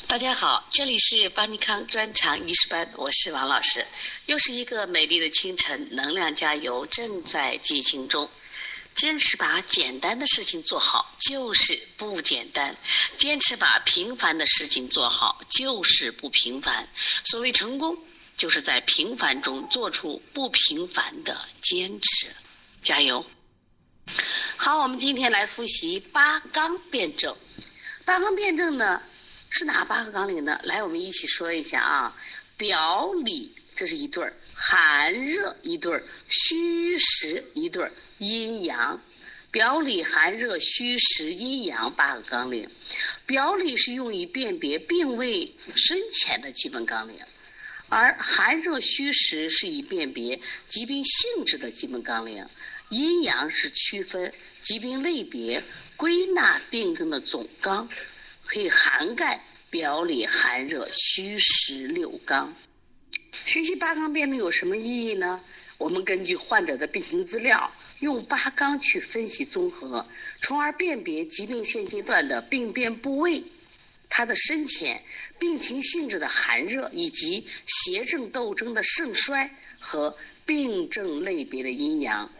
大家好，这里是邦尼康专场医师班，我是王老师。又是一个美丽的清晨，能量加油正在进行中。坚持把简单的事情做好，就是不简单；坚持把平凡的事情做好，就是不平凡。所谓成功，就是在平凡中做出不平凡的坚持。加油！好，我们今天来复习八纲辩证。八纲辩证呢，是哪八个纲领呢？来，我们一起说一下啊。表里这是一对儿，寒热一对儿，虚实一对儿，阴阳。表里寒热虚实阴阳八个纲领。表里是用以辨别病位深浅的基本纲领，而寒热虚实是以辨别疾病性质的基本纲领。阴阳是区分疾病类别、归纳病症的总纲，可以涵盖表里寒热虚实六纲。学习八纲辩证有什么意义呢？我们根据患者的病情资料，用八纲去分析综合，从而辨别疾病现阶段的病变部位、它的深浅、病情性质的寒热，以及邪正斗争的盛衰和病症类别的阴阳，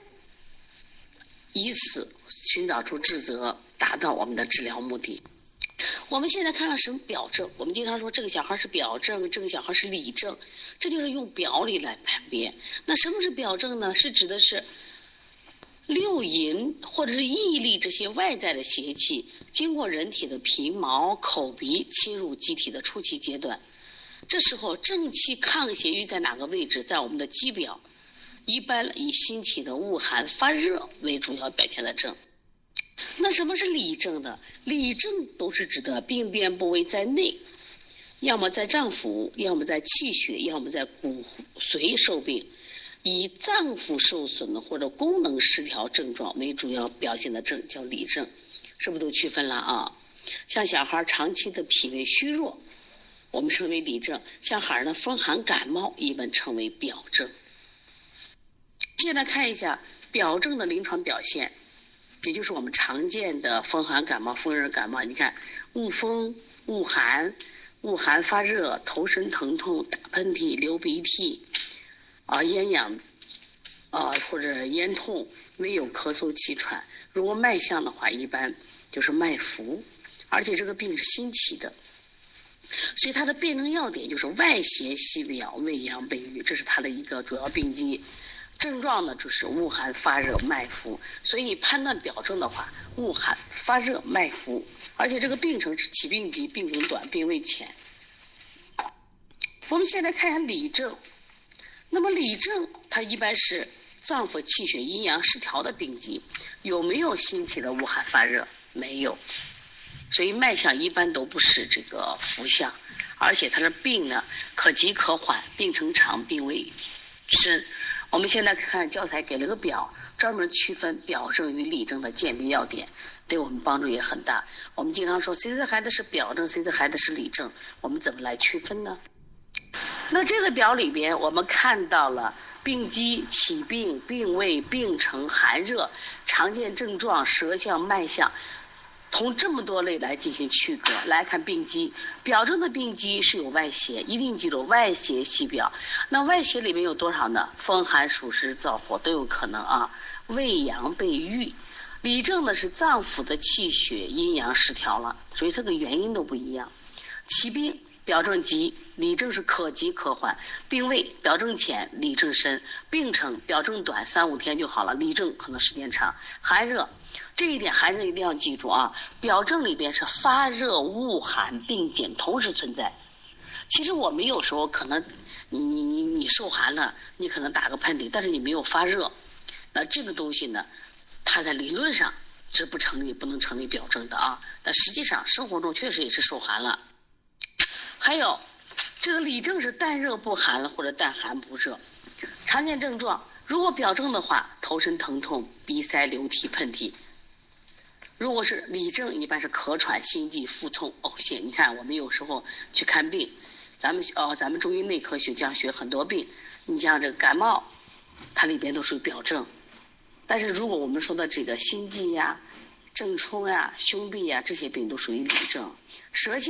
以此寻找出治则，达到我们的治疗目的。我们现在看看什么表症，我们经常说这个小孩是表症，这个小孩是里症，这就是用表里来判别。那什么是表症呢？是指的是六淫或者是疫力这些外在的邪气经过人体的皮毛、口鼻侵入机体的初期阶段，这时候正气抗邪域在哪个位置？在我们的肌表，一般以心起的恶寒发热为主要表现的症。那什么是里症呢？里症都是指的病变部位在内，要么在脏腑，要么在气血，要么在骨髓受病，以脏腑受损的或者功能失调症状为主要表现的症叫里症。是不是都区分了啊？像小孩长期的脾胃虚弱，我们称为里症；像孩儿呢风寒感冒，一般称为表症。现在看一下表症的临床表现，也就是我们常见的风寒感冒、风热感冒。你看，恶风、恶寒、恶寒发热、头身疼痛、打喷嚏、流鼻涕，咽痒，或者咽痛，没有咳嗽气喘。如果脉象的话，一般就是脉浮，而且这个病是新起的，所以它的辨证要点就是外邪袭表，未阳备郁，这是它的一个主要病机。症状呢就是恶寒发热脉浮，所以你判断表症的话，恶寒发热脉浮，而且这个病程是起病急、病程短、病位浅。我们现在看一下里症。那么里症它一般是脏腑气血阴阳失调的病机，有没有新起的恶寒发热？没有，所以脉象一般都不是这个浮象，而且它的病呢可急可缓，病程长，病位深。我们现在看教材给了个表，专门区分表症与里症的鉴别要点，对我们帮助也很大。我们经常说谁的孩子是表症，谁的孩子是里症，我们怎么来区分呢？那这个表里边我们看到了病机、起病、病位、病程、寒热、常见症状、舌象、脉象，从这么多类来进行区隔。来看病机，表症的病机是有外邪，一定记住外邪袭表。那外邪里面有多少呢？风寒暑湿燥火都有可能啊。胃阳备郁。里症呢是脏腑的气血阴阳失调了，所以这个原因都不一样。起病表症急，里症是可急可缓；病位表症浅，里症深；病程表症短，3-5天就好了，里症可能时间长。寒热，这一点寒热一定要记住啊！表症里边是发热、恶寒、病检同时存在。其实我们有时候可能你受寒了，你可能打个喷嚏，但是你没有发热，那这个东西呢，它在理论上是不成立、不能成为表症的啊。但实际上生活中确实也是受寒了。还有这个里症是淡热不寒或者淡寒不热。常见症状，如果表症的话，头身疼痛、鼻塞、流涕、喷嚏；如果是里症，一般是咳喘、心悸、腹痛、呕泻。你看我们有时候去看病，咱们中医内科学讲学很多病，你像这个感冒，它里边都属于表症。但是如果我们说的这个心悸呀、正冲呀、胸痹呀，这些病都属于里症。舌象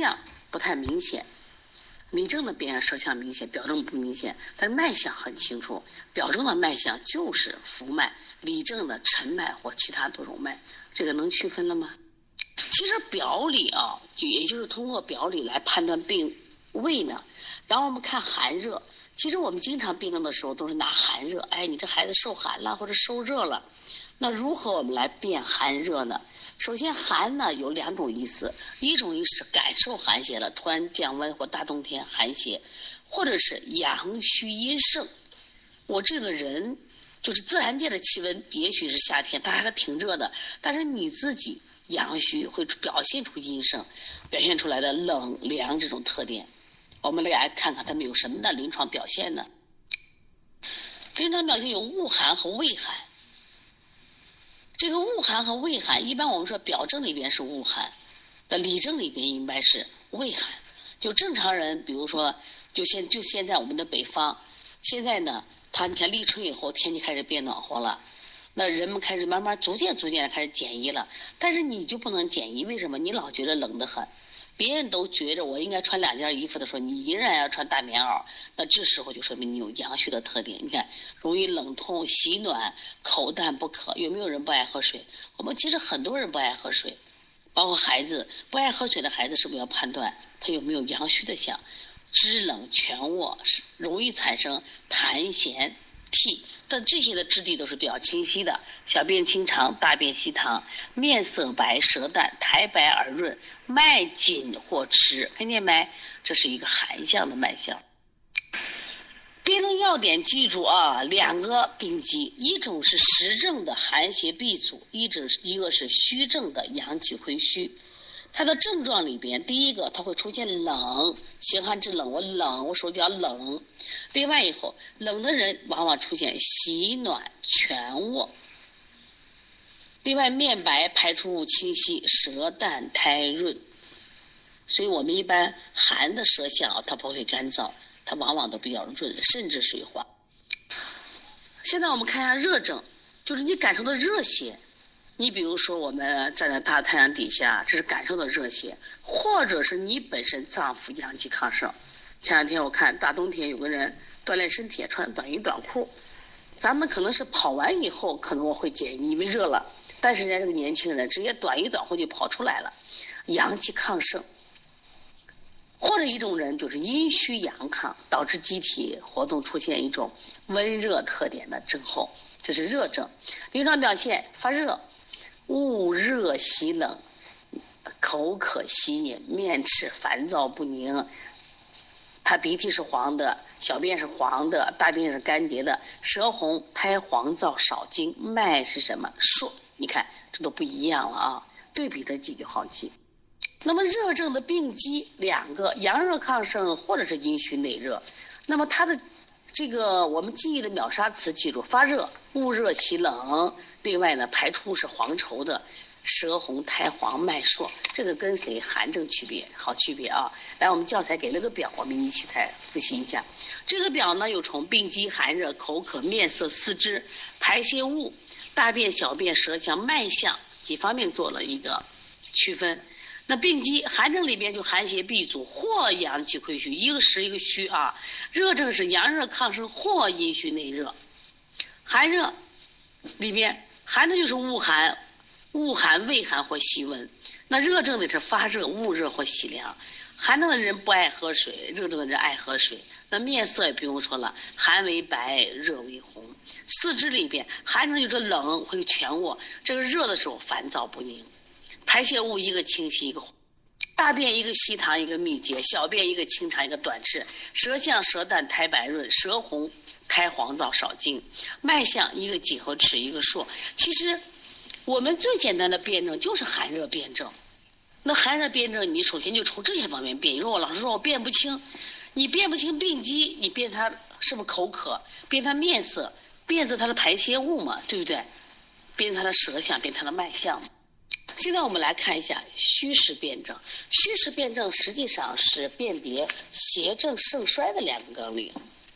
不太明显。里症的变舌象明显，表症不明显，但是脉象很清楚。表症的脉象就是浮脉，里症的沉脉或其他多种脉，这个能区分了吗？其实表里啊，也就是通过表里来判断病位呢。然后我们看寒热，其实我们经常病症的时候都是拿寒热，哎，你这孩子受寒了或者受热了，那如何我们来辨寒热呢？首先寒呢有2种意思，一种意思是感受寒邪了，突然降温或大冬天寒邪，或者是阳虚阴盛，我这个人就是自然界的气温也许是夏天它还挺热的，但是你自己阳虚会表现出阴盛，表现出来的冷凉这种特点。我们来看看他们有什么的临床表现呢？临床表现有恶寒和畏寒。这个恶寒和畏寒，一般我们说表症里边是恶寒，那里症里边应该是畏寒。就正常人，比如说就现在我们的北方，现在呢，你看立春以后天气开始变暖和了，那人们开始慢慢逐渐的开始减衣了，但是你就不能减衣，为什么？你老觉得冷得很。别人都觉着我应该穿2件衣服的时候，你依然要穿大棉袄，那这时候就说明你有阳虚的特点。你看，容易冷痛、喜暖、口淡不渴，有没有人不爱喝水？我们其实很多人不爱喝水，包括孩子不爱喝水的孩子，是不是要判断他有没有阳虚的象？肢冷全卧，容易产生痰涎涕，但这些的质地都是比较清晰的，小便清长，大便稀溏，面色白，舌淡，苔白而润，脉紧或迟，看见没？这是一个寒象的脉象。辨证要点记住啊，2个病机，一种是实症的寒邪闭阻，一个是虚症的阳气亏虚。它的症状里边，第一个它会出现冷，形寒肢冷，我冷，我手脚冷。另外以后，冷的人往往出现喜暖全卧。另外面白，排出物清晰，舌淡苔润。所以我们一般寒的舌象它不会干燥，它往往都比较润，甚至水滑。现在我们看一下热症，就是你感受的热邪。你比如说我们站在大太阳底下，这是感受的热邪，或者是你本身脏腑阳气亢盛。前2天我看大冬天有个人锻炼身体穿短衣短裤，咱们可能是跑完以后可能我会减衣因为热了，但是人家这个年轻人直接短衣短裤就跑出来了，阳气亢盛。或者一种人就是阴虚阳亢，导致机体活动出现一种温热特点的症候，这是热症。临床表现发热，恶热喜冷，口渴稀饮，面赤烦躁不宁，他鼻涕是黄的，小便是黄的，大便是干结的，舌红苔黄燥少津，脉是什么？数，你看这都不一样了啊，对比着记就好记。那么热症的病机2个，阳热亢盛或者是阴虚内热。那么它的这个我们记忆的秒杀词记住：发热、恶热喜冷，另外呢排出是黄稠的，舌红苔黄，脉数。这个跟谁寒症区别好区别啊？来，我们教材给了个表，我们一起来复习一下。这个表呢有从病机、寒热、口渴、面色、四肢、排泄物、大便、小便、舌象、脉象几方面做了一个区分。那病机寒症里边就寒邪闭阻或阳气亏虚，一个实一个虚啊。热症是阳热亢盛或阴虚内热。寒热里边寒症就是恶寒、畏寒或喜温。那热症呢是发热、恶热或喜凉。寒症的人不爱喝水，热症的人爱喝水。那面色也不用说了，寒为白，热为红。四肢里边寒症就是冷会全卧，这个热的时候烦躁不宁。排泄物一个清晰一个黄，大便一个稀溏一个密结，小便一个清长一个短赤，舌象舌淡苔白润，舌红苔黄燥少津，脉象一个紧和迟一个数。其实我们最简单的辩证就是寒热辩证。那寒热辩证你首先就从这些方面辩。你说我老师说我辩不清，你辩不清病机，你辩他是不是口渴，辩他面色，辩着他的排泄物嘛，对不对？辩他的舌象，辩他的脉象。现在我们来看一下虚实辩证。虚实辩证实际上是辨别邪正盛衰的2个纲领。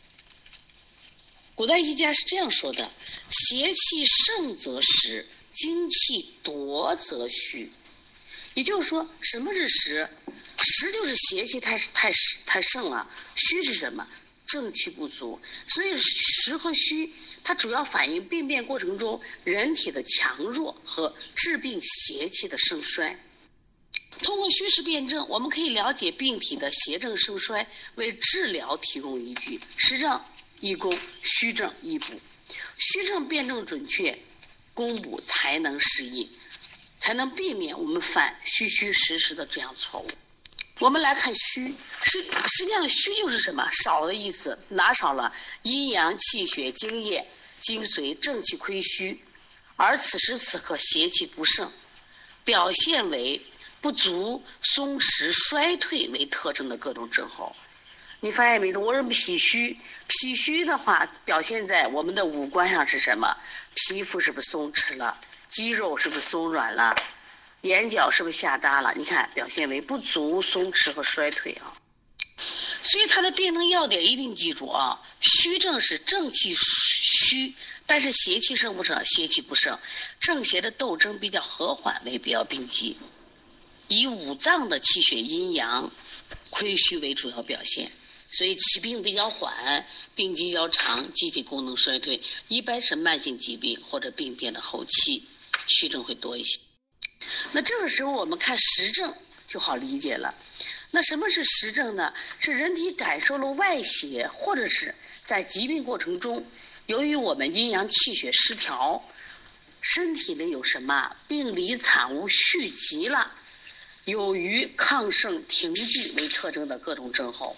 古代医家是这样说的：邪气盛则实，精气夺则虚。也就是说，什么是实？ 实就是邪气太盛了，虚是什么？正气不足。所以实和虚它主要反映病变过程中人体的强弱和治病邪气的盛衰。通过虚实辩证，我们可以了解病体的邪正盛衰，为治疗提供依据。实证易攻，虚证易补。虚证辩证准确，攻补才能适应，才能避免我们犯虚实的这样错误。我们来看虚，实际上虚就是什么？少的意思。哪少了？阴阳气血精液精髓正气亏虚，而此时此刻邪气不盛，表现为不足、松弛、衰退为特征的各种症候。你发现没有？我说脾虚，脾虚的话表现在我们的五官上是什么？皮肤是不是松弛了？肌肉是不是松软了？眼角是不是下耷了？你看表现为不足、松弛和衰退啊。所以它的辩证要点一定记住啊。虚症是正气虚，但是邪气盛不盛？邪气不盛，正邪的斗争比较和缓为必要病机，以五脏的气血阴阳亏虚为主要表现。所以起病比较缓，病期较长，机体功能衰退，一般是慢性疾病或者病变的后期，虚症会多一些。那这个时候我们看实证就好理解了。那什么是实证呢？是人体感受了外邪，或者是在疾病过程中，由于我们阴阳气血失调，身体里有什么病理惨无续集了，有于亢盛停聚为特征的各种症候。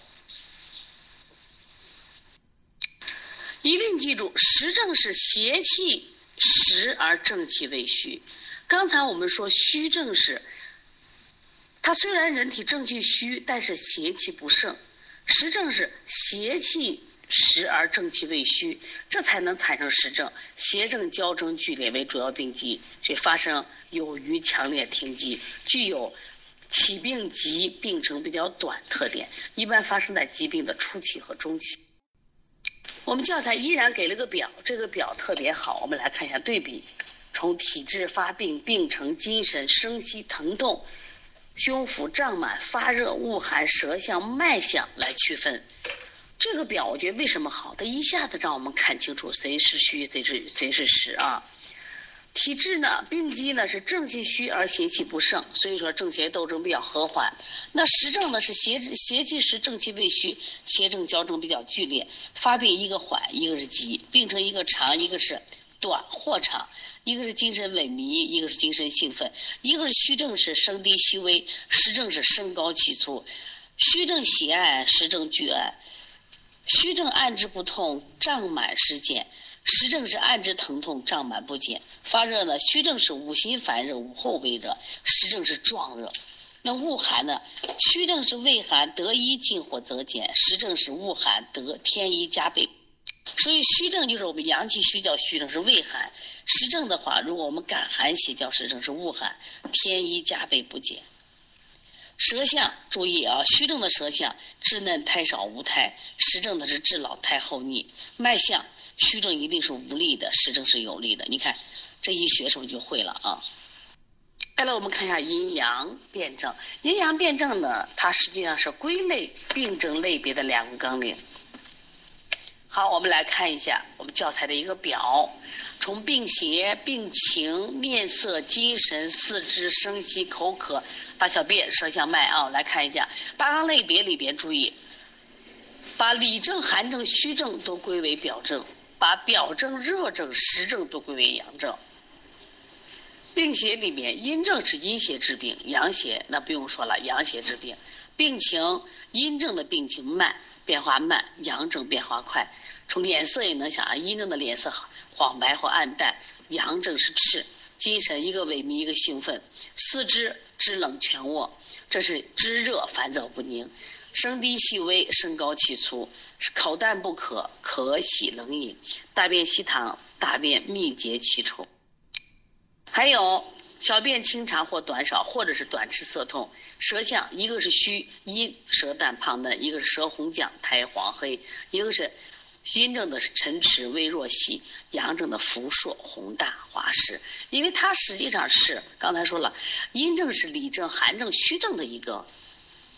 一定记住，实证是邪气实而正气未虚。刚才我们说虚症是它虽然人体正气虚，但是邪气不盛。实证是邪气实而正气未虚，这才能产生实证。邪正交争剧烈为主要病机，所以发生有余强烈停机，具有起病急病程比较短特点，一般发生在疾病的初期和中期。我们教材依然给了个表，这个表特别好，我们来看一下对比，从体质、发病、病程、精神、声息、疼痛、胸腹胀满、发热、恶寒、舌象、脉象来区分。这个表我觉得为什么好？它一下子让我们看清楚谁是虚，谁是实啊。体质呢，病机呢是正气虚而邪气不盛，所以说正邪斗争比较和缓。那实证呢是邪气实，正气未虚，邪正交争比较剧烈，发病一个缓，一个是急，病程一个长，一个是短或长，一个是精神萎靡，一个是精神兴奋，一个是虚症是声低虚微，实症是声高气粗，虚症喜暗，实症拒暗，虚症按之不痛，胀满失减，实症是按之疼痛，胀满不减。发热呢，虚症是午心烦热，午后微热，实症是壮热。那恶寒呢，虚症是畏寒，得一进火则减，实症是恶寒，得添一加倍。所以虚症就是我们阳气虚叫虚症是畏寒，实症的话，如果我们感寒邪叫实症是恶寒，添一加倍不减。舌象注意啊，虚症的舌象稚嫩胎少无胎，实症的是稚老胎厚腻。脉象虚症一定是无力的，实症是有力的。你看这一学是不是就会了啊？再来我们看一下阴阳辩证。阴阳辩证呢，它实际上是归类病症类别的两个纲领。好，我们来看一下我们教材的一个表，从病邪、病情、面色、精神、四肢、声息、口渴、大小便、舌象、脉啊，来看一下八纲类别里边，注意把里症、寒症、虚症都归为表症，把表症、热症、实症都归为阳症。病邪里面，阴症是阴邪治病，阳邪那不用说了，阳邪治病。病情，阴症的病情慢，变化慢，阳症变化快。从脸色也能想啊，阴症的脸色黄白或暗淡，阳症是赤。精神一个萎靡，一个兴奋。四肢肢冷全卧，这是肢热烦躁不宁。声低细微，声高气粗，口淡不渴，可喜冷饮。大便稀溏，大便密结气稠。还有小便清长或短少，或者是短赤涩痛。舌象一个是虚阴，舌淡胖嫩，一个是舌红绛，苔黄黑，一个是阴症的是沉迟微弱细，阳症的浮硕宏大滑实。因为它实际上是刚才说了，阴症是里症、寒症、虚症的一个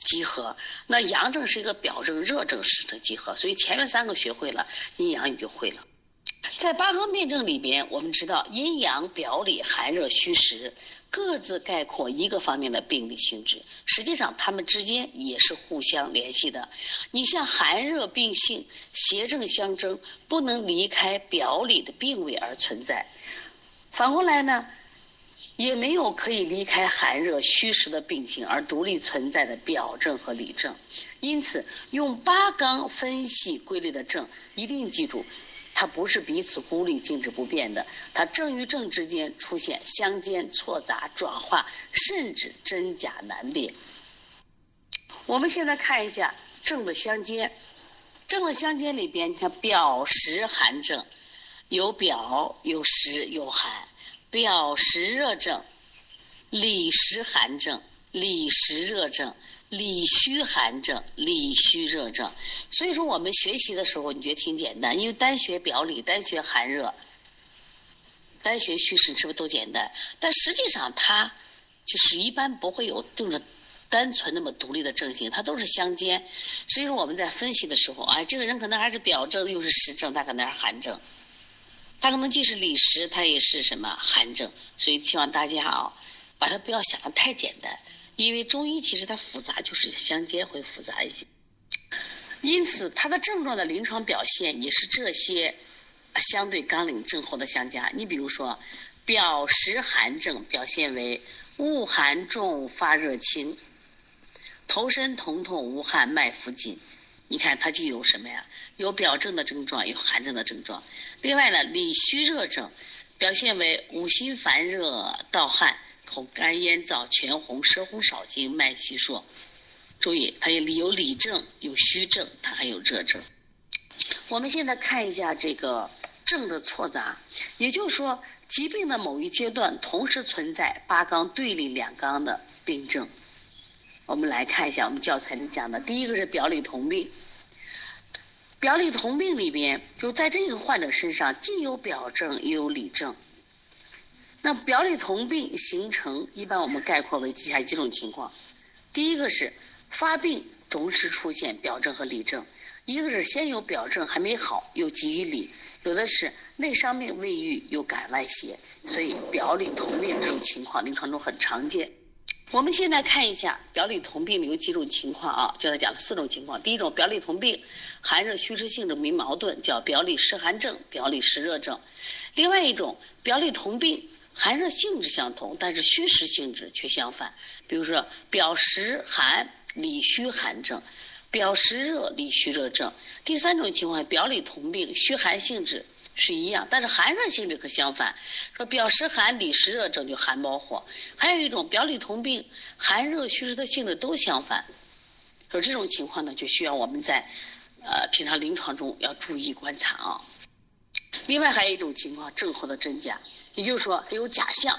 集合。那阳症是一个表症，热症是的集合，所以前面3个学会了，阴阳你就会了。在八纲辩证里边，我们知道阴阳、表里、寒热、虚实各自概括一个方面的病理性质，实际上它们之间也是互相联系的。你像寒热病性，邪正相争，不能离开表里的病位而存在。反过来呢，也没有可以离开寒热虚实的病性而独立存在的表症和里症。因此用八纲分析归类的症，一定记住它不是彼此孤立静止不变的，它症与症之间出现相间错杂转化，甚至真假难辨。我们现在看一下症的相间，症的相间里边，你看表实寒症，有表有实有寒，表实热症，里实寒症，里实热症，里虚寒症，里虚热症。所以说我们学习的时候你觉得挺简单，因为单学表里，单学寒热，单学虚实，是不是都简单？但实际上它就是一般不会有这种单纯那么独立的症型，它都是相间。所以说我们在分析的时候，这个人可能还是表症又是实症，他可能是寒症，他可能既是里实，他也是什么寒症。所以希望大家把它不要想得太简单，因为中医其实它复杂，就是相间会复杂一些。因此它的症状的临床表现也是这些相对纲领症候的相加。你比如说表实寒症表现为恶寒重，发热轻，头身疼痛，无汗，脉浮紧。你看它就有什么呀？有表症的症状，有寒症的症状。另外呢，里虚热症表现为五心烦热，盗汗，口干咽燥，全红，舌红少津，脉细数。注意，它有里症，有虚症，它还有热症。我们现在看一下这个症的错杂，也就是说疾病的某一阶段同时存在八纲对立两纲的病症。我们来看一下我们教材里讲的，第一个是表里同病。表里同病里边，就在这个患者身上既有表症又有里症。那表里同病形成一般我们概括为以下几种情况。第一个是发病同时出现表症和里症，一个是先有表症还没好又急于里，有的是内伤病未愈又感外邪，所以表里同病这种情况临床中很常见。我们现在看一下表里同病里有几种情况就在讲了4种情况。第一种，表里同病寒热虚实性质没矛盾，叫表里实寒症，表里实热症。另外一种，表里同病寒热性质相同，但是虚实性质却相反，比如说表实寒，里虚寒症，表实热，里虚热症。第三种情况，表里同病虚寒性质是一样，但是寒热性质可相反，说表实寒，里实热症就寒包火。还有一种表里同病寒热虚实的性质都相反，说这种情况呢就需要我们在平常临床中要注意观察另外还有一种情况，症候的真假，也就是说它有假象，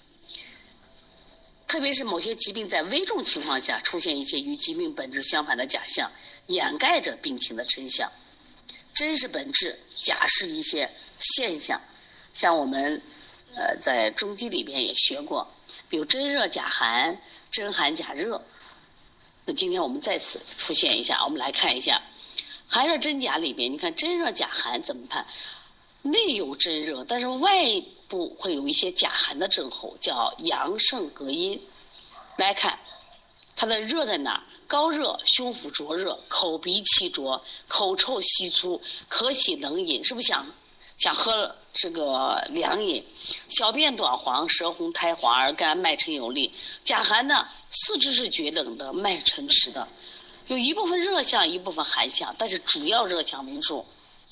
特别是某些疾病在危重情况下出现一些与疾病本质相反的假象，掩盖着病情的真相。真是本质，假是一些现象。像我们在中医里边也学过，比如真热假寒，真寒假热。那今天我们再次出现一下，我们来看一下寒热真假里边，你看真热假寒怎么判？内有真热，但是外部会有一些假寒的症候，叫阳盛隔阴。来看它的热在哪儿？高热，胸腹灼热，口鼻气浊，口臭稀粗，可喜冷饮，是不是想喝这个凉饮？小便短黄，舌红苔黄而干，脉沉有力。假寒呢，四肢是厥冷的，脉沉迟的，有一部分热象，一部分寒象，但是主要热象为主。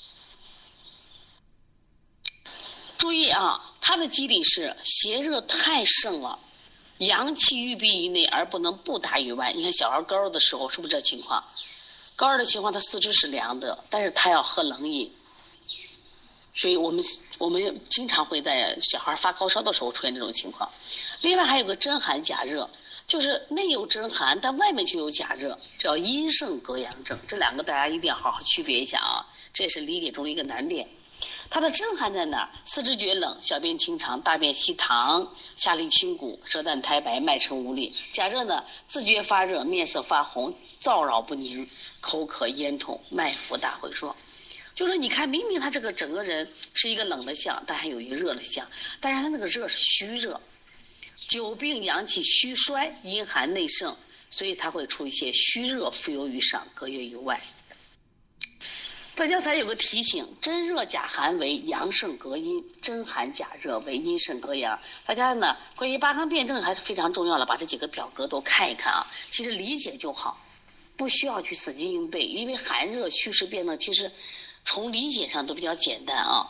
注意它的机理是邪热太盛了，阳气郁闭于内而不能不达于外。你看小孩高热的时候是不是这情况？高热的情况他四肢是凉的，但是他要喝冷饮，所以我们经常会在小孩发高烧的时候出现这种情况。另外还有个真寒假热，就是内有真寒但外面却有假热，叫阴盛隔阳症。这两个大家一定要好好区别一下这也是理解中的一个难点。 它的症寒在哪儿？四肢厥冷，小便清长，大便稀溏，下利清谷，舌淡苔白，脉沉无力。假热呢，自觉发热，面色发红，燥扰不宁，口渴咽痛，脉浮大回缩。就是你看，明明他这个整个人是一个冷的象，但还有一个热的象，但是他那个热是虚热，久病阳气虚衰，阴寒内盛，所以他会出一些虚热浮游于上，隔越于外。大家才有个提醒，真热假寒为阳盛隔阴，真寒假热为阴盛隔阳。大家呢，关于八纲辩证还是非常重要的，把这几个表格都看一看啊。其实理解就好，不需要去死记硬背，因为寒热虚实辩证其实从理解上都比较简单啊。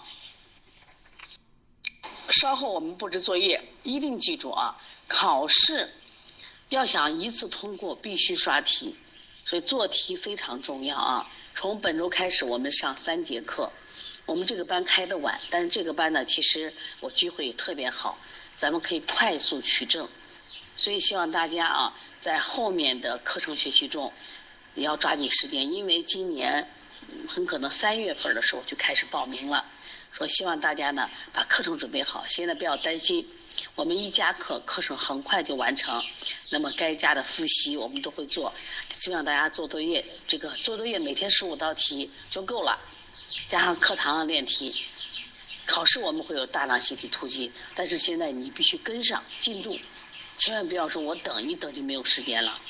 稍后我们布置作业，一定记住啊，考试要想一次通过，必须刷题，所以做题非常重要啊。从本周开始，我们上3节课。我们这个班开得晚，但是这个班呢，其实我机会特别好，咱们可以快速取证。所以希望大家啊，在后面的课程学习中，也要抓紧时间，因为今年很可能3月份的时候就开始报名了。说希望大家呢把课程准备好，现在不要担心，我们一加课程很快就完成，那么该加的复习我们都会做，希望大家做作业，这个做作业每天15道题就够了，加上课堂上练题，考试我们会有大量习题突击，但是现在你必须跟上进度，千万不要说我等一等就没有时间了。